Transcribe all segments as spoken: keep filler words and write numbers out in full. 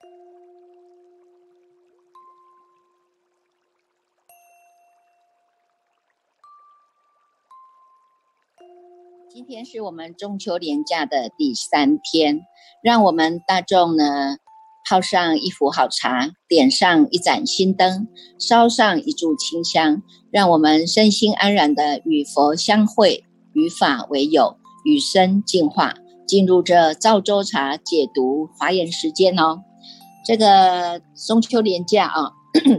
今天是我们中秋连假的第三天，让我们大众呢泡上一壶好茶，点上一盏心灯，烧上一炷清香，让我们身心安然的与佛相会，与法为友，与生净化，进入这赵州茶解读华严时间哦。这个中秋连假啊，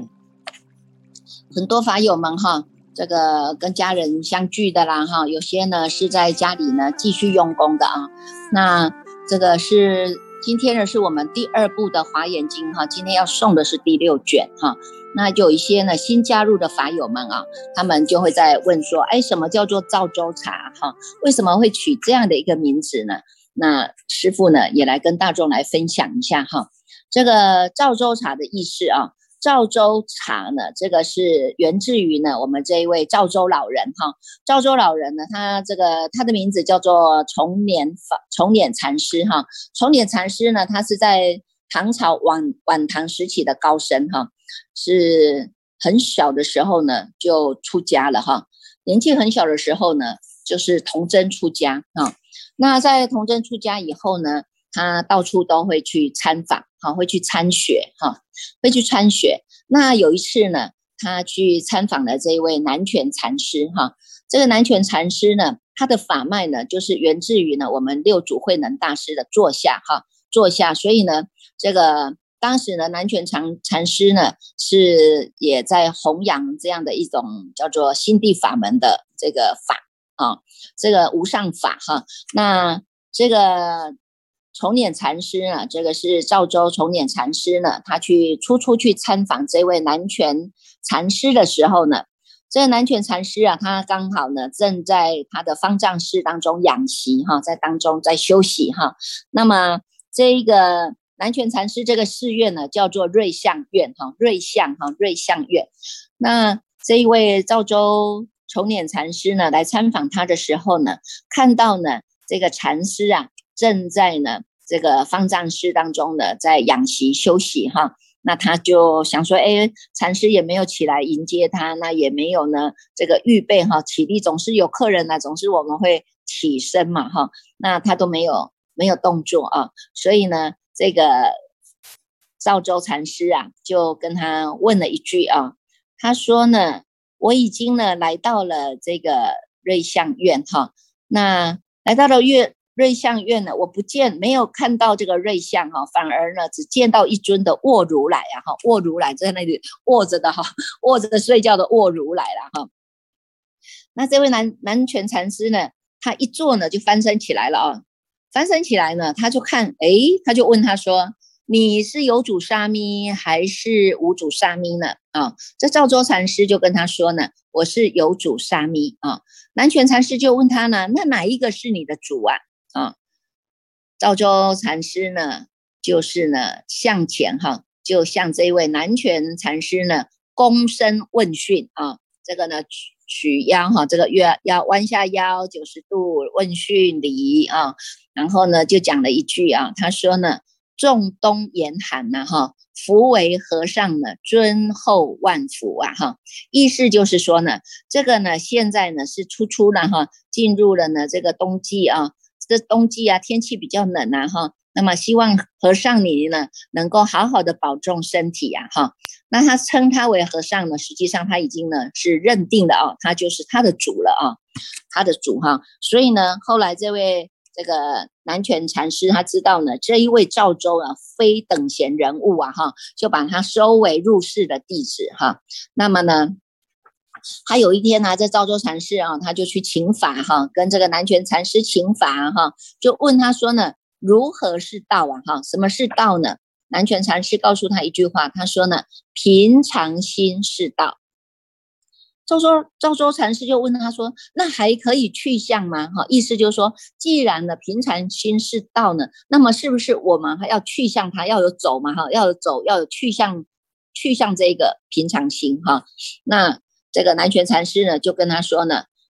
很多法友们哈。这个跟家人相聚的啦哈，有些呢是在家里呢继续用功的啊。那这个是今天呢是我们第二部的华严经哈，今天要送的是第六卷哈。那有一些呢新加入的法友们啊，他们就会在问说，哎，什么叫做赵州茶哈？为什么会取这样的一个名字呢？那师父呢也来跟大众来分享一下哈。这个赵州茶的意思啊。赵州茶呢，这个是源自于呢我们这一位赵州老人哈。赵州老人呢，他这个他的名字叫做崇年法崇年禅师哈。崇年禅师呢，他是在唐朝晚晚唐时期的高僧哈，是很小的时候呢就出家了哈。年纪很小的时候呢，就是童真出家哈。那在童真出家以后呢，他到处都会去参访，好，会去参学，哈，会去参学。那有一次呢，他去参访了这一位南拳禅师，哈，这个南拳禅师呢，他的法脉呢，就是源自于呢我们六祖慧能大师的座下，哈，座下。所以呢，这个当时呢，南拳禅禅师呢是也在弘扬这样的一种叫做心地法门的这个法啊，这个无上法哈。那这个。崇年禅师呢，这个是赵州崇年禅师呢，他去初初去参访这位南拳禅师的时候呢，这个南拳禅师啊，他刚好呢正在他的方丈室当中养息哈，在当中在休息哈。那么这一个南拳禅师这个寺院呢，叫做瑞相院哈，瑞相哈，瑞相院。那这一位赵州崇年禅师呢，来参访他的时候呢，看到呢这个禅师啊。正在呢这个方丈室当中呢在养息休息哈，那他就想说，哎，禅师也没有起来迎接他，那也没有呢这个预备哈，起立总是有客人啊，总是我们会起身嘛哈，那他都没有没有动作啊，所以呢这个赵州禅师啊就跟他问了一句啊，他说呢，我已经呢来到了这个瑞相院哈，那来到了月。瑞相院呢，我不见没有看到这个瑞相哈，反而呢只见到一尊的卧如来啊哈，卧如来在那里卧着的哈，卧着睡觉的卧如来了哈。那这位南南拳禅师呢，他一坐呢就翻身起来了啊，翻身起来呢，他就看，诶，他就问他说，你是有主沙弥还是无主沙弥呢？啊，这赵州禅师就跟他说呢，我是有主沙弥啊。南拳禅师就问他呢，那哪一个是你的主啊？啊，赵州禅师呢，就是呢向前哈，就向这位南拳禅师呢躬身问讯啊，这个呢曲腰哈，这个腰要弯下腰九十度问讯礼啊，然后呢就讲了一句啊，他说呢，仲冬严寒呐哈，福为和尚呢尊厚万福啊哈，意思就是说呢，这个呢现在呢是初初了哈，进入了呢这个冬季啊。这冬季啊，天气比较冷啊，哈，那么希望和尚你呢能够好好的保重身体啊，哈。那他称他为和尚呢，实际上他已经呢是认定的啊，他就是他的主了啊，他的主哈。所以呢，后来这位这个南拳禅师他知道呢，这一位赵州啊非等闲人物啊，哈，就把他收为入室的弟子哈。那么呢。他有一天呢、啊，在赵州禅师啊，他就去请法哈，跟这个南拳禅师请法哈，就问他说呢，如何是道啊？哈，什么是道呢？南拳禅师告诉他一句话，他说呢，平常心是道。赵州赵州禅师就问他说，那还可以去向吗？哈，意思就是说，既然呢平常心是道呢，那么是不是我们还要去向它，要有走嘛？哈，要有走，要有去向，去向这个平常心哈。那这个南拳禅师呢，就跟他说呢，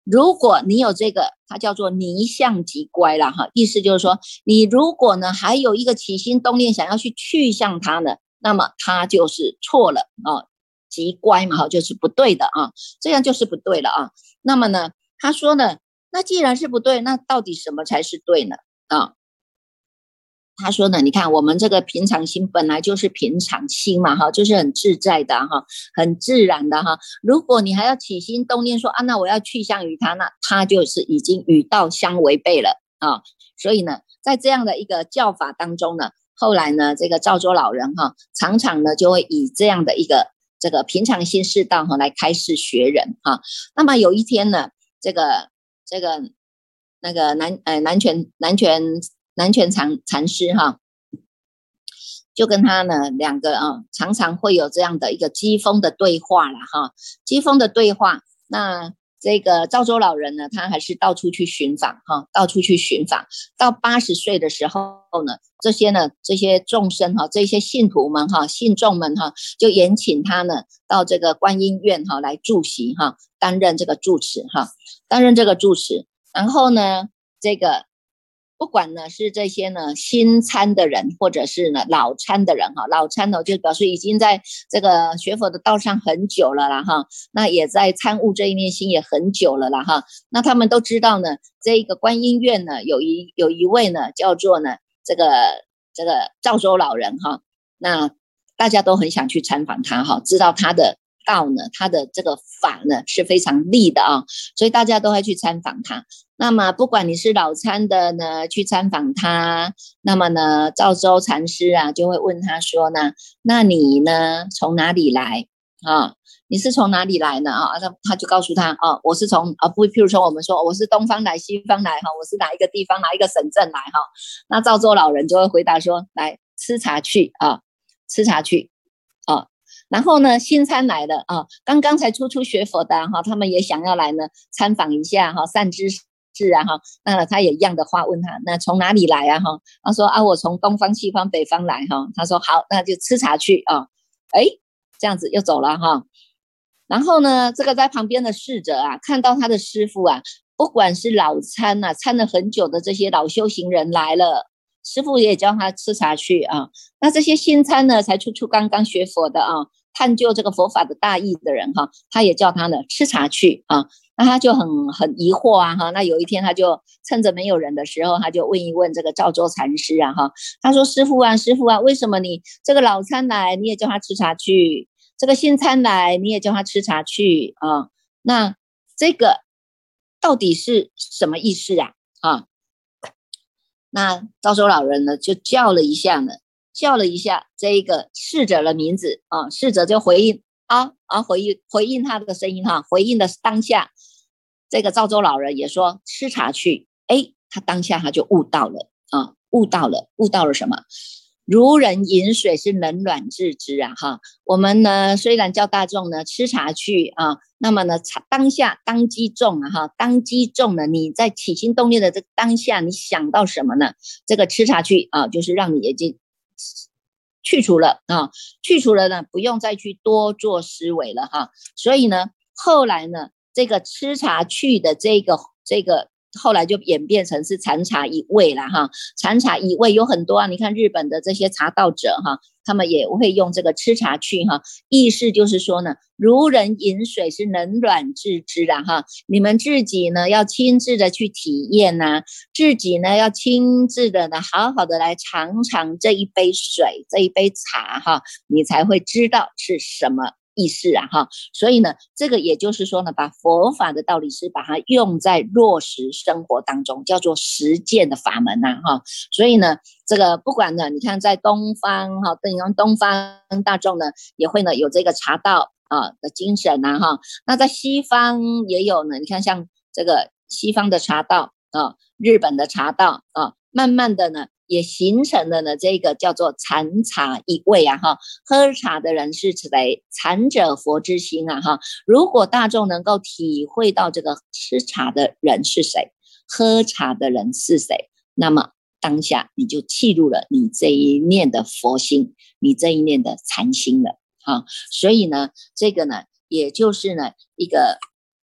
如果你有这个，它叫做泥向即乖啦哈，意思就是说，你如果呢还有一个起心动念想要去去向它呢，那么它就是错了啊，即乖嘛哈，就是不对的啊，这样就是不对了啊。那么呢，他说呢，那既然是不对，那到底什么才是对呢？啊？他说呢，你看我们这个平常心本来就是平常心嘛，哈，就是很自在的哈，很自然的哈。如果你还要起心动念说啊，那我要去向于他，那他就是已经与道相违背了啊。所以呢，在这样的一个教法当中呢，后来呢，这个赵州老人哈，常常呢就会以这样的一个这个平常心释道哈来开示学人哈。那么有一天呢，这个这个那个南呃南拳南拳。南拳禅禅师哈，就跟他呢两个啊，常常会有这样的一个机锋的对话了哈，机锋的对话。那这个赵州老人呢，他还是到处去寻访哈，到处去寻访。到八十岁的时候呢，这些呢这些众生哈，这些信徒们哈，信众们哈，就延请他呢到这个观音院哈来住席哈，担任这个住持哈，担任这个住持。然后呢，这个。不管呢是这些呢新参的人，或者是呢老参的人哈，老参呢就表示已经在这个学佛的道上很久了啦哈，那也在参悟这一念心也很久了啦哈，那他们都知道呢，这个观音院呢有一有一位呢叫做呢这个这个赵州老人哈，那大家都很想去参访他哈，知道他的道呢，他的这个法呢是非常利的啊，所以大家都会去参访他。那么不管你是老参的呢，去参访他，那么呢，赵州禅师啊就会问他说呢，那你呢从哪里来啊？你是从哪里来呢？啊，他他就告诉他啊，我是从啊不，譬如说我们说我是东方来西方来哈，我是哪一个地方哪一个省镇来哈，那赵州老人就会回答说，来吃茶去啊，吃茶去啊。然后呢，新参来的啊，刚刚才初初学佛的哈、啊，他们也想要来呢参访一下哈、啊，善知识。是啊哈，那他也一样的话问他，那从哪里来啊哈？他说啊，我从东方、西方、北方来哈。他说好，那就吃茶去啊。哎，这样子又走了哈。然后呢，这个在旁边的侍者啊，看到他的师父啊，不管是老参呐、啊，参了很久的这些老修行人来了，师父也叫他吃茶去啊。那这些新参呢，才初初刚刚学佛的啊，探究这个佛法的大义的人哈，他也叫他呢吃茶去啊。那他就很很疑惑啊哈，那有一天他就趁着没有人的时候，他就问一问这个赵州禅师啊哈，他说师父啊师父啊，为什么你这个老参来你也叫他吃茶去，这个新参来你也叫他吃茶去啊？那这个到底是什么意思啊？啊，那赵州老人呢就叫了一下呢，叫了一下这一个侍者的名字啊，侍者就回应。啊啊！回应回应他的声音哈，回应的当下，这个赵州老人也说吃茶去。哎，他当下他就悟到了啊，悟到了，悟到了什么？如人饮水是冷暖自知啊哈。我们呢虽然叫大众呢吃茶去啊，那么呢当下当机中啊哈，当机中呢你在起心动念的这个当下，你想到什么呢？这个吃茶去啊，就是让你已经去除了啊，去除了呢，不用再去多做思维了哈。所以呢，后来呢，这个吃茶去的这个这个，后来就演变成是禅茶一味了哈。禅茶一味有很多啊，你看日本的这些茶道者哈，他们也会用这个吃茶去哈，意思就是说呢，如人饮水是冷暖自知的哈，你们自己呢要亲自的去体验呐、啊，自己呢要亲自的呢好好的来尝尝这一杯水，这一杯茶哈，你才会知道是什么意思啊哈。所以呢，这个也就是说呢，把佛法的道理是把它用在落实生活当中，叫做实践的法门呐、啊、哈。所以呢，这个不管呢，你看在东方哈，等于东方大众呢也会呢有这个茶道啊的精神呐、啊、哈。那在西方也有呢，你看像这个西方的茶道啊，日本的茶道啊，慢慢的呢也形成了呢这个叫做禅茶一味啊哈。喝茶的人是谁？禅者佛之心啊哈。如果大众能够体会到这个吃茶的人是谁，喝茶的人是谁，那么当下你就契入了你这一念的佛心，你这一念的禅心了哈。所以呢，这个呢，也就是呢一个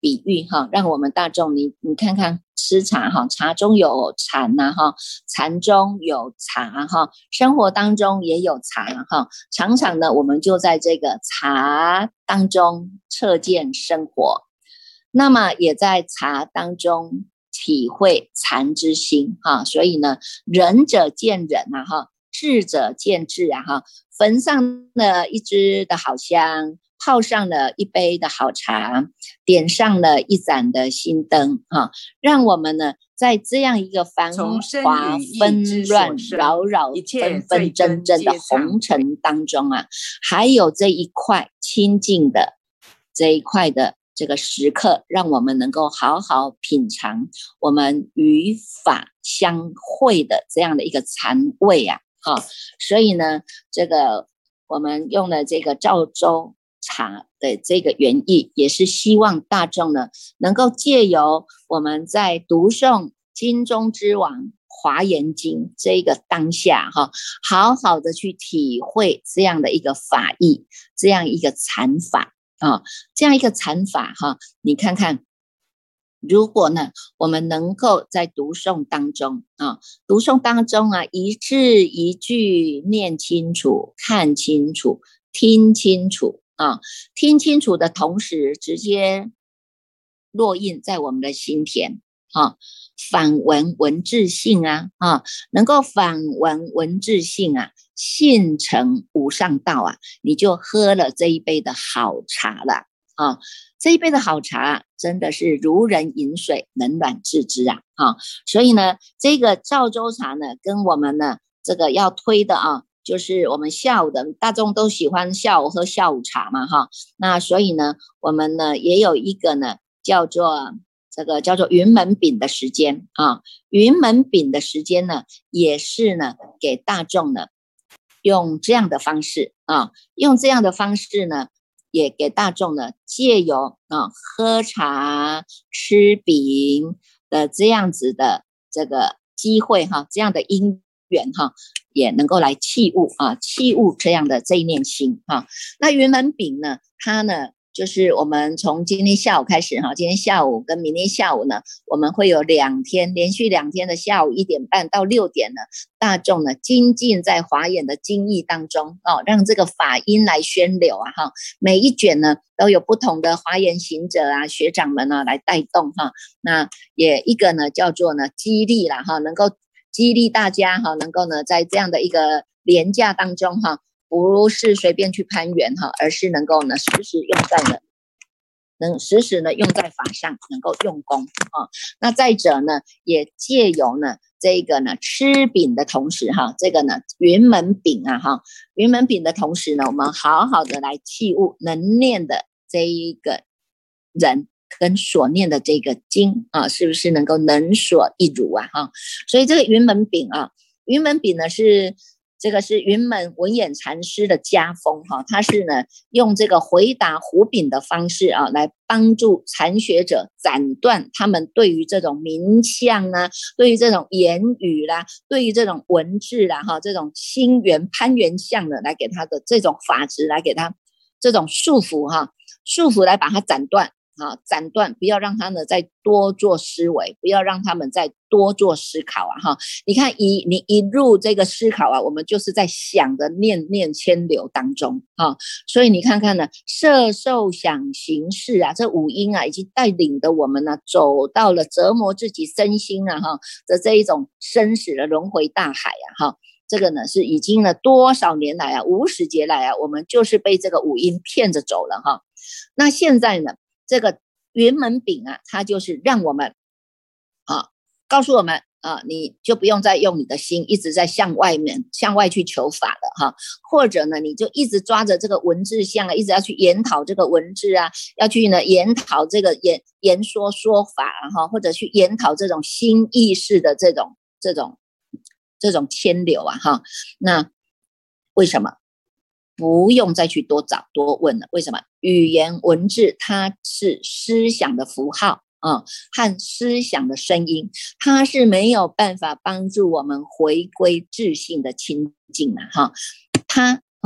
比喻哈，让我们大众你你看看吃茶哈，茶中有禅呐哈，禅中有茶哈，生活当中也有茶哈，常常呢我们就在这个茶当中彻见生活，那么也在茶当中体会禅之心哈，所以呢，仁者见仁啊哈，智者见智啊哈，焚上了一支的好香，泡上了一杯的好茶，点上了一盏的心灯哈，让我们呢在这样一个繁华纷乱扰扰纷纷争争的红尘当中啊，还有这一块清净的这一块的这个时刻，让我们能够好好品尝我们与法相会的这样的一个禅味啊，哈，所以呢，这个我们用了这个赵州茶的这个原意，也是希望大众呢能够借由我们在读诵经中之王华严经这个当下哈，好好的去体会这样的一个法义，这样一个禅法。啊、哦，这样一个禅法哈，你看看，如果呢，我们能够在读诵当中啊，读诵当中啊，一字一句念清楚、看清楚、听清楚啊，听清楚的同时，直接落印在我们的心田啊，反闻文字性啊啊，能够反闻文字性啊。信成无上道啊，你就喝了这一杯的好茶了啊！这一杯的好茶真的是如人饮水，冷暖自知啊！啊，所以呢，这个赵州茶呢，跟我们呢这个要推的啊，就是我们下午的大众都喜欢下午喝下午茶嘛哈。那所以呢，我们呢也有一个呢叫做这个叫做云门饼的时间啊，云门饼的时间呢，也是呢给大众呢。用这样的方式啊，用这样的方式呢，也给大众呢借由啊喝茶吃饼的这样子的这个机会哈，这样的因缘哈，也能够来器悟啊，器悟这样的这一念心哈。那云门饼呢，它呢就是我们从今天下午开始哈，今天下午跟明天下午呢，我们会有两天连续两天的下午一点半到六点呢，大众呢精进在华严的经义当中哦，让这个法音来宣流啊哈，每一卷呢都有不同的华严行者啊学长们呢来带动哈，那也一个呢叫做呢激励啦哈，能够激励大家哈，能够呢在这样的一个廉价当中哈。不是随便去攀援哈，而是能够呢时时用在呢，能时时呢用在法上，能够用功啊。那再者呢，也借由呢这个呢吃饼的同时哈，这个呢云门饼啊哈，云门饼的同时呢，我们好好的来器悟能念的这一个人跟所念的这个经啊，是不是能够能所一如啊哈？所以这个云门饼啊，云门饼呢是。这个是云门文偃禅师的家风哈，他是呢用这个回答胡饼的方式啊，来帮助禅学者斩断他们对于这种名相啊，对于这种言语啦，对于这种文字啦哈，这种心源攀缘相的，来给他的这种法执，来给他这种束缚哈，束缚来把它斩断。啊，斩断，不要让他们再多做思维，不要让他们再多做思考啊！哈，你看一你一入这个思考啊，我们就是在想的念念牵流当中啊，所以你看看呢，色受想行识啊，这五因啊，已经带领的我们呢，走到了折磨自己身心啊哈的这一种生死的轮回大海啊哈。这个呢是已经呢多少年来啊，无始劫来啊，我们就是被这个五因骗着走了哈。那现在呢？这个云门饼啊，它就是让我们啊，告诉我们啊，你就不用再用你的心一直在向外面向外去求法了哈，或者呢，你就一直抓着这个文字相啊，一直要去研讨这个文字啊，要去呢研讨这个言言说说法哈，或者去研讨这种新意识的这种这种这种牵流啊哈，那为什么？不用再去多找多问了，为什么？语言文字它是思想的符号啊、嗯，和思想的声音，它是没有办法帮助我们回归自性的清净啊哈，它啊，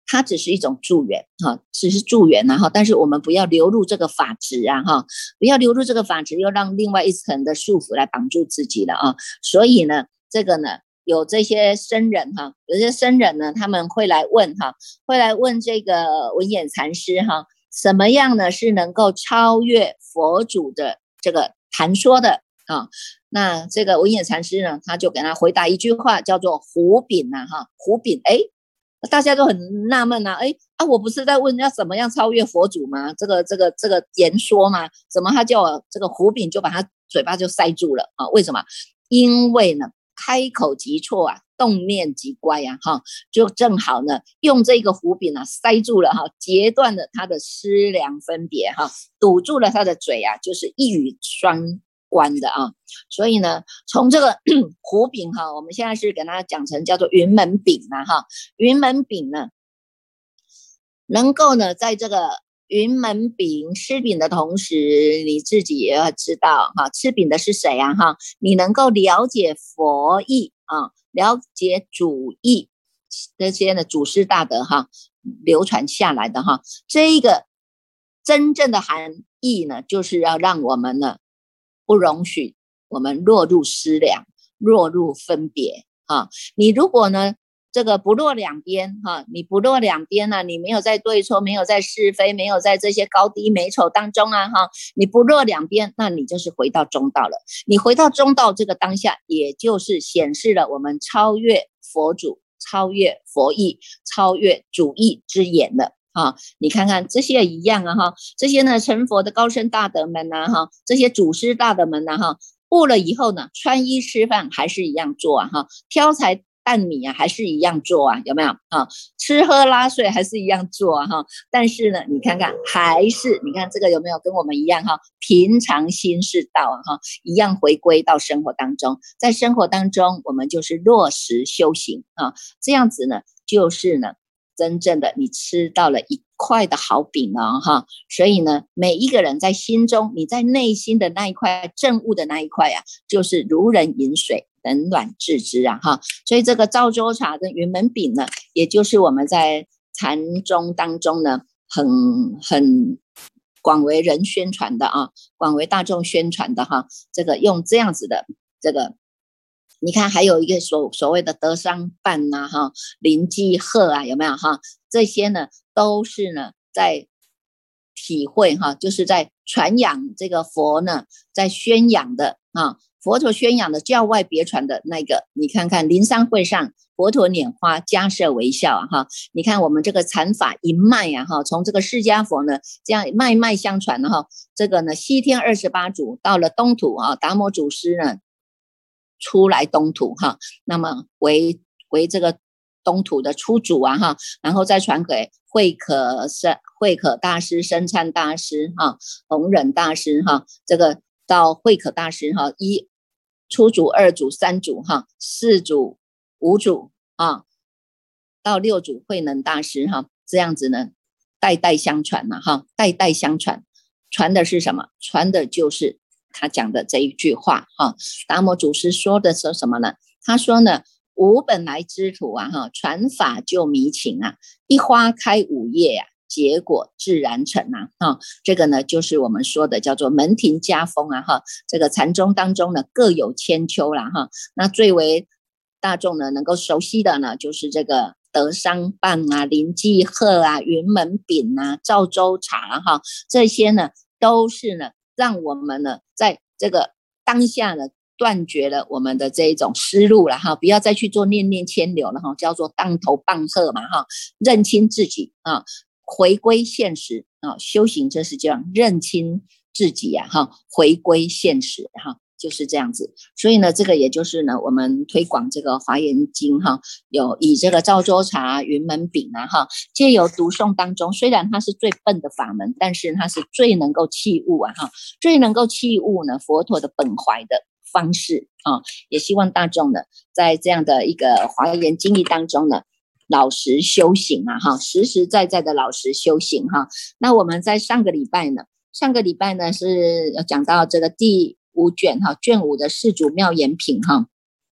它只是一种助缘哈，只是助缘啊哈，但是我们不要流入这个法执啊哈，不要流入这个法执，又让另外一层的束缚来绑住自己了啊。所以呢，这个呢，有这些僧人哈，有些僧人呢，他们会来问哈，会来问这个文眼禅师哈，什么样呢是能够超越佛祖的这个谈说的啊？那这个文眼禅师呢，他就给他回答一句话，叫做胡饼啊哈，胡饼哎。大家都很纳闷啊，哎啊，我不是在问要怎么样超越佛祖吗？这个这个这个言说吗？怎么他叫我这个胡饼就把他嘴巴就塞住了啊？为什么？因为呢，开口即错啊，动念即乖啊，哈，就正好呢，用这个胡饼啊塞住了哈，截断了他的思量分别哈，堵住了他的嘴啊，就是一语双关的啊。所以呢，从这个胡饼哈，我们现在是给它讲成叫做云门饼啊哈，云门饼呢，能够呢在这个云门饼吃饼的同时，你自己也要知道哈，吃饼的是谁啊哈，你能够了解佛意啊，了解主意，这些呢祖师大德哈流传下来的哈，这一个真正的含义呢，就是要让我们呢不容许我们落入思量，落入分别啊。你如果呢这个不落两边哈，你不落两边啊，你没有在对错，没有在是非，没有在这些高低美丑当中啊哈，你不落两边，那你就是回到中道了。你回到中道这个当下，也就是显示了我们超越佛祖、超越佛意、超越主义之言了。啊，你看看这些一样啊哈，这些呢成佛的高僧大德们呐、啊、哈，这些祖师大德们呐、啊、哈，悟了以后呢，穿衣吃饭还是一样做啊哈，挑柴担米啊还是一样做啊，有没有啊？吃喝拉睡还是一样做啊哈，但是呢，你看看还是你看这个有没有跟我们一样哈？平常心是道啊哈，一样回归到生活当中，在生活当中我们就是落实修行啊，这样子呢，就是呢。真正的你吃到了一块的好饼了哈，所以呢，每一个人在心中，你在内心的那一块正悟的那一块啊，就是如人饮水，冷暖自知啊哈。所以这个赵州茶跟云门饼呢，也就是我们在禅宗当中呢，很很广为人宣传的啊，广为大众宣传的哈。这个用这样子的这个。你看，还有一个所所谓的德商办呐，哈，临济贺啊，有没有哈？这些呢，都是呢在体会哈，就是在传扬这个佛呢，在宣扬的啊，佛陀宣扬的教外别传的那个。你看看灵山会上，佛陀拈花，迦叶微笑啊，哈！你看我们这个禅法一脉啊，哈，从这个释迦佛呢，这样脉脉相传哈，这个呢，西天二十八祖到了东土啊，达摩祖师呢。出来东土哈，那么为为这个东土的出主啊哈，然后再传给慧可生慧可大师、生参大师哈、弘忍大师哈，这个到慧可大师哈，一初祖、二祖、三祖哈，四祖、五祖啊，到六祖慧能大师哈，这样子呢，代代相传嘛哈，代代相传，传的是什么？传的就是他讲的这一句话哈，达摩祖师说的是什么呢？他说呢，无本来之土啊哈，传法就迷情啊，一花开五叶啊，结果自然成啊哈，这个呢就是我们说的叫做门庭家风啊哈，这个禅宗当中呢各有千秋啦哈，那最为大众呢能够熟悉的呢就是这个德商办啊、临济贺啊、云门饼啊、赵州茶哈，这些呢都是呢。让我们呢，在这个当下呢，断绝了我们的这一种思路了哈，不要再去做念念牵流了哈，叫做当头棒喝嘛哈，认清自己啊，回归现实啊，修行就是这样，认清自己呀、啊、哈，回归现实哈。就是这样子，所以呢，这个也就是呢，我们推广这个华严经哈，有以这个赵州茶、云门饼啊哈，借由读诵当中，虽然它是最笨的法门，但是它是最能够契悟啊哈，最能够契悟呢佛陀的本怀的方式啊，也希望大众呢，在这样的一个华严经义当中呢，老实修行啊哈，实实在在的老实修行哈。那我们在上个礼拜呢，上个礼拜呢是有讲到这个第五卷哈，卷五的四祖妙严品哈，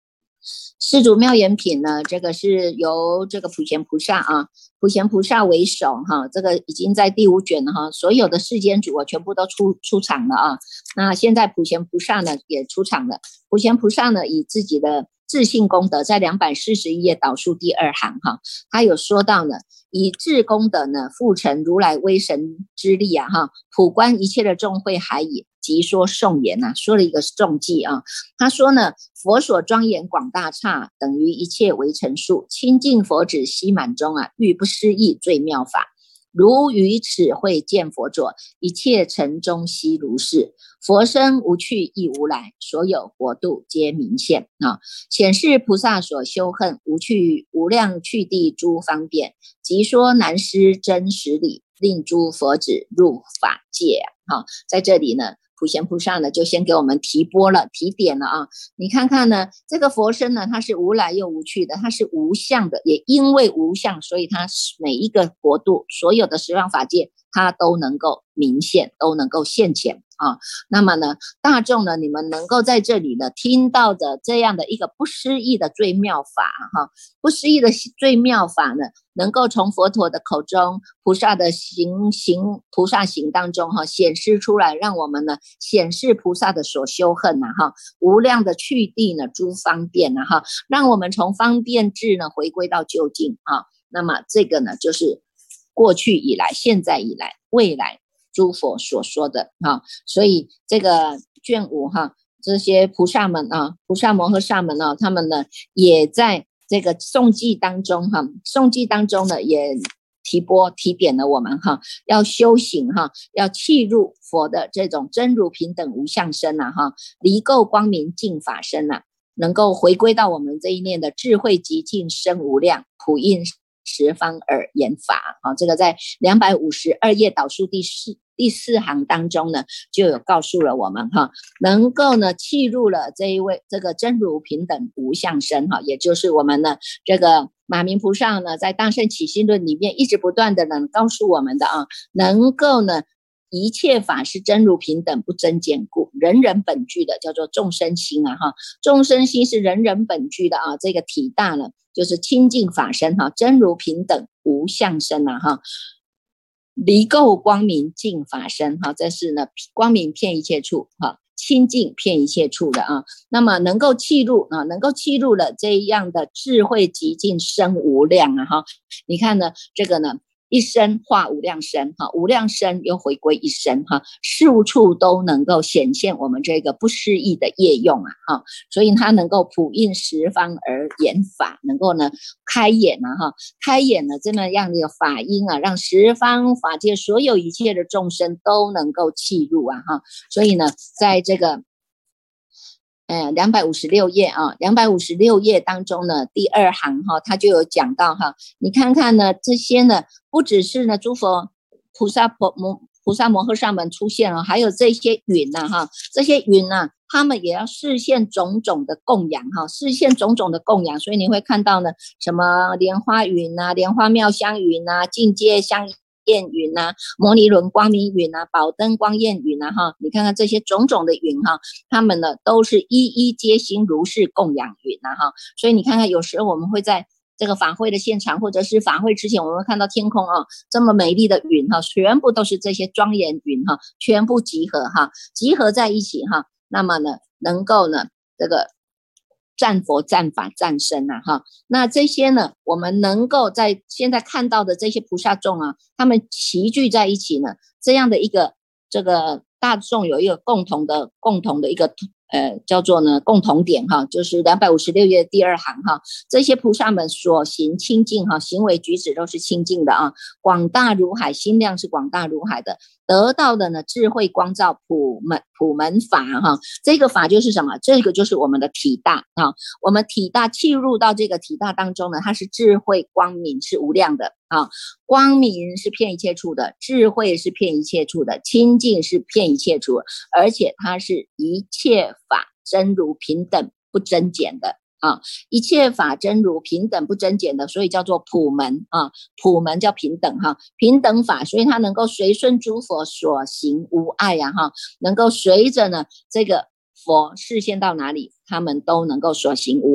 四祖妙严品呢，这个是由这个普贤菩萨啊，普贤菩萨为首哈，这个已经在第五卷了哈，所有的世间主啊全部都出出场了啊。那现在普贤菩萨呢也出场了，普贤菩萨呢以自己的自信功德，在两百四十一页导数第二行哈，他有说到呢，以智功德呢复成如来威神之力啊哈，普观一切的众会海矣。即说颂言啊，说了一个颂记啊，他说呢，佛所庄严广大刹，等于一切为成数，清净佛指悉满中啊，欲不思议最妙法。如于此会见佛佐，一切尘中悉如是。佛身无去亦无来，所有国度皆明现啊！显示菩萨所修恨，无去无量去地诸方便，即说难思真实理，令诸佛子入法界啊！好，在这里呢。普贤菩萨呢，就先给我们提拨了、提点了啊！你看看呢，这个佛身呢，它是无来又无去的，它是无相的，也因为无相，所以它每一个国度、所有的十方法界，它都能够明现，都能够现前啊。那么呢，大众呢，你们能够在这里呢，听到的这样的一个不思议的最妙法哈，不思议的最妙法呢，能够从佛陀的口中、菩萨的行行菩萨行当中哈，显示出来，让我们呢显示菩萨的所修恨呐哈，无量的去地呢诸方便呐哈，让我们从方便智呢回归到究竟啊。那么这个呢就是过去以来、现在以来、未来诸佛所说的哈，所以这个卷五哈，这些菩萨们啊，菩萨摩诃萨们啊，他们呢也在这个颂记当中哈，颂记当中呢也提拨提点了我们哈，要修行哈，要契入佛的这种真如平等无相身呐哈，离垢光明净法身呐，能够回归到我们这一念的智慧极尽生无量，普应十方而言法啊，这个在两百五十二页导数第四第四行当中呢，就有告诉了我们哈，能够呢契入了这一位这个真如平等无相身哈，也就是我们呢这个马明菩萨呢在大乘起信论里面一直不断的呢告诉我们的啊，能够呢一切法是真如平等不增减故，人人本具的叫做众生心啊哈，众生心是人人本具的啊，这个体大呢就是清净法身哈，真如平等无相身啊哈，离垢光明净法身哈，这是呢光明遍一切处哈，清净遍一切处的啊，那么能够契入啊，能够契入了这样的智慧极尽生无量啊哈，你看呢这个呢。一身化无量身哈，无量身又回归一身哈，事物处都能够显现我们这个不思议的业用啊哈，所以它能够普应十方而言法，能够呢开眼啊哈，开眼呢这么样的法音啊，让十方法界所有一切的众生都能够契入啊哈，所以呢，在这个。呃，两百五十六页啊，两百五十六页当中呢，第二行哈，他就有讲到哈，你看看呢，这些呢，不只是呢，诸佛菩萨婆摩菩萨摩诃萨们出现了，还有这些云呐、啊、哈，这些云呐、啊，他们也要示现种种的供养哈，示现种种的供养，所以你会看到呢，什么莲花云呐、啊，莲花妙香云呐、啊，境界香。焰云呐、啊，摩尼轮光明云啊，宝灯光焰云啊，哈，你看看这些种种的云哈，他们呢都是一一皆心如是供养云啊，哈，所以你看看有时候我们会在这个法会的现场，或者是法会之前，我们会看到天空啊，这么美丽的云哈，全部都是这些庄严云哈，全部集合哈，集合在一起哈，那么呢，能够呢这个。战佛、战法、战身啊，哈，那这些呢，我们能够在现在看到的这些菩萨众啊，他们齐聚在一起呢，这样的一个这个大众有一个共同的、共同的一个呃叫做呢共同点哈，就是两百五十六页第二行哈，这些菩萨们所行清净哈，行为举止都是清净的啊，广大如海，心量是广大如海的。得到的呢，智慧光照普门普门法哈，这个法就是什么？这个就是我们的体大啊，我们体大契入到这个体大当中呢，它是智慧光明是无量的啊，光明是遍一切处的，智慧是遍一切处的，清净是遍一切处，而且它是一切法真如平等不增减的。啊，一切法真如平等不增减的，所以叫做普门啊，普门叫平等哈，平等法，所以它能够随顺诸佛所行无碍呀、啊、哈，能够随着呢这个佛示现到哪里，他们都能够所行无碍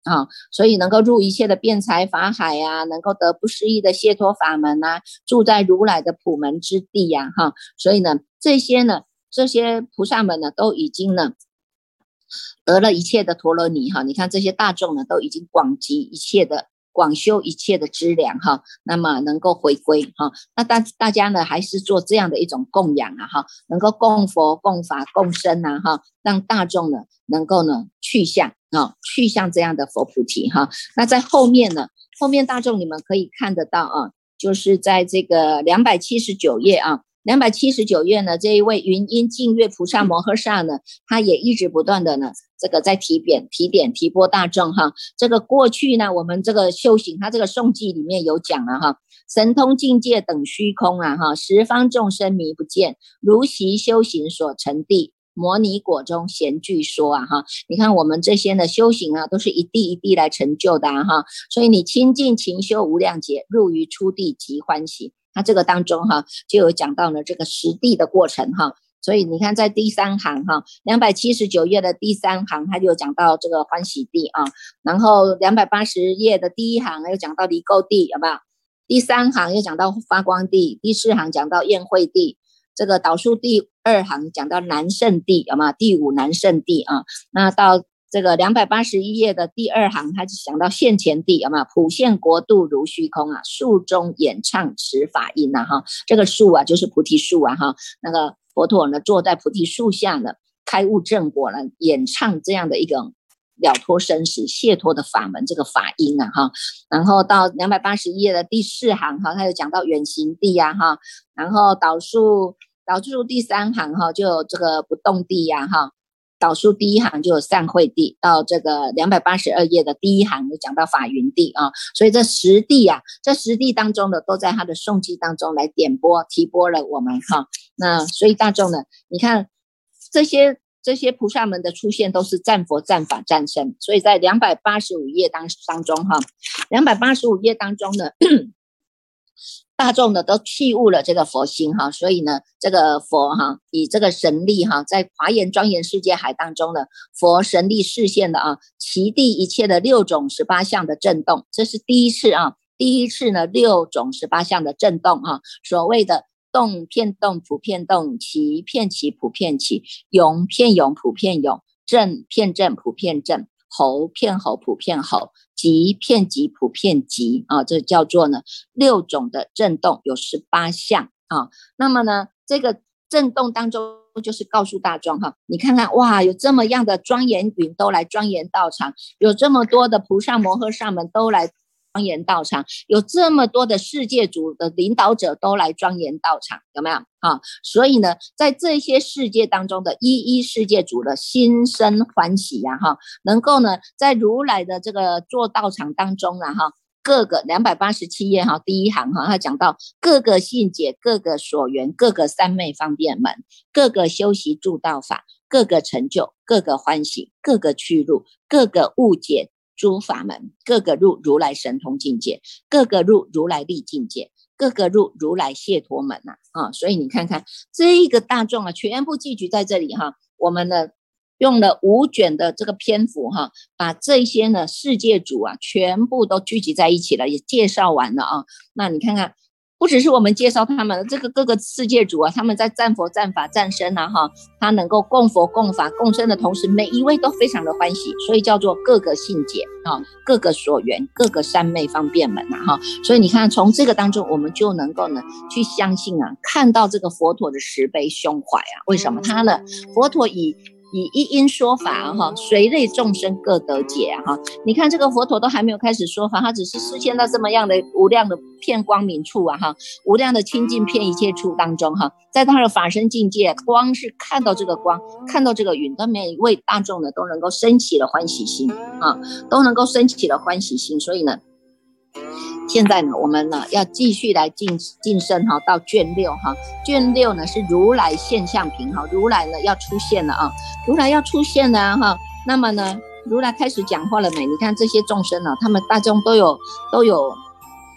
啊，所以能够入一切的辩才法海啊，能够得不思议的解脱法门啊，住在如来的普门之地呀、啊，哈，所以呢，这些呢，这些菩萨们呢，都已经呢得了一切的陀罗尼哈，你看这些大众呢，都已经广集一切的。广修一切的资粮哈，那么能够回归哈，那大大家呢还是做这样的一种供养啊哈，能够供佛、供法、供僧啊哈，让大众呢能够呢去向啊，去向这样的佛菩提哈。那在后面呢，后面大众你们可以看得到啊，就是在这个两百七十九页啊。两百七十九页呢，这一位云音净月菩萨摩诃萨呢，他也一直不断的呢，这个在提点、提点、提拨大众哈。这个过去呢，我们这个修行，他这个颂记里面有讲了哈，神通境界等虚空啊哈，十方众生迷不见，如习修行所成地。摩尼果中闲具说啊哈，你看我们这些的修行啊，都是一地一地来成就的啊哈，所以你亲近勤修无量劫，入于初地即欢喜。它这个当中哈，就有讲到了这个实地的过程哈，所以你看在第三行哈，两百七十九页的第三行，它就有讲到这个欢喜地啊，然后两百八十页的第一行又讲到离垢地，有没有？第三行又讲到发光地，第四行讲到宴会地，这个导数第二行讲到南胜地，有没有？第五南胜地啊，那到这个两百八十一页的第二行，他就讲到现前地，有没有？普现国度如虚空啊，树中演唱持法音啊哈，这个树啊就是菩提树啊哈，那个佛陀呢坐在菩提树下呢，开悟正果了，演唱这样的一个了脱生死解脱的法门，这个法音啊哈，然后到两百八十一页的第四行哈，他就讲到远行地啊哈，然后导数导数第三行哈，就有这个不动地呀、啊、哈。导数第一行就有散会地，到这个两百八十二页的第一行就讲到法云地啊，所以这十地啊，这十地当中的都在他的颂记当中来点拨提拨了我们哈。那所以大众呢，你看这些这些菩萨们的出现都是赞佛、赞法、赞僧，所以在两百八十五页当当中哈，两百八十五页当中呢。大众呢都弃悟了这个佛心哈，所以呢，这个佛哈以这个神力哈，在华严庄严世界海当中呢，佛神力示现的啊，其地一切的六种十八相的震动，这是第一次啊，第一次呢六种十八相的震动啊，所谓的动片动普遍动，其片其普遍其，涌片涌普遍涌，震片震普遍震，喉片喉普遍喉。极片极普遍极啊，这叫做呢六种的震动，有十八项啊。那么呢，这个震动当中就是告诉大众哈，你看看哇，有这么样的庄严云都来庄严道场，有这么多的菩萨摩诃萨们都来庄严道场，有这么多的世界主的领导者都来庄严道场，有没有啊？所以呢，在这些世界当中的一一世界主的心生欢喜呀、啊、哈，能够呢在如来的这个做道场当中啊哈，各个两百八十七页哈第一行哈，他讲到各个信解、各个所缘、各个三昧方便门、各个修习助道法、各个成就、各个欢喜、各个去入、各个误解。诸法门，各个入如来神通境界，各个入如来力境界，各个入如来解脱门啊！啊，所以你看看这一个大众啊，全部聚集在这里哈。我们呢用了五卷的这个篇幅哈，把这些呢世界主啊全部都聚集在一起了，也介绍完了啊。那你看看。不只是我们介绍他们这个各个世界主啊，他们在赞佛、赞法、赞僧啊，哈，他能够供佛、供法、供僧的同时，每一位都非常的欢喜，所以叫做各个信解啊，各个所缘，各个三昧方便门啊，哈。所以你看，从这个当中，我们就能够呢去相信啊，看到这个佛陀的慈悲胸怀啊。为什么他呢？佛陀以以一因说法哈，随类众生各得解哈。你看这个佛陀都还没有开始说法，他只是示现到这么样的无量的片光明处啊哈，无量的清净片一切处当中哈，在他的法身境界，光是看到这个光，看到这个云，的每一位大众呢都能够升起了欢喜心啊，都能够升起了欢喜心，所以呢。现在呢，我们呢要继续来晋晋升哈，到卷六哈，卷六呢是如来现象品哈，如来呢要出现了啊，如来要出现了哈，那么呢，如来开始讲话了没？你看这些众生呢、啊，他们大众都有都有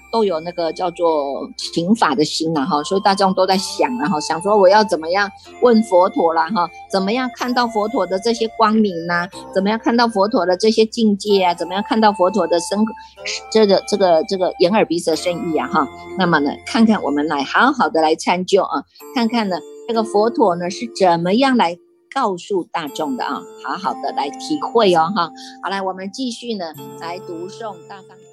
都有那个叫做请法的心啦哈，所以大众都在想啦哈，想说我要怎么样问佛陀啦哈，怎么样看到佛陀的这些光明呐、啊，怎么样看到佛陀的这些境界啊，怎么样看到佛陀的身这个这个这个眼耳鼻舌身意啊哈，那么呢，看看我们来好好的来参究啊，看看呢这个佛陀呢是怎么样来告诉大众的啊，好好的来体会哦哈。好来，我们继续呢来读诵大方。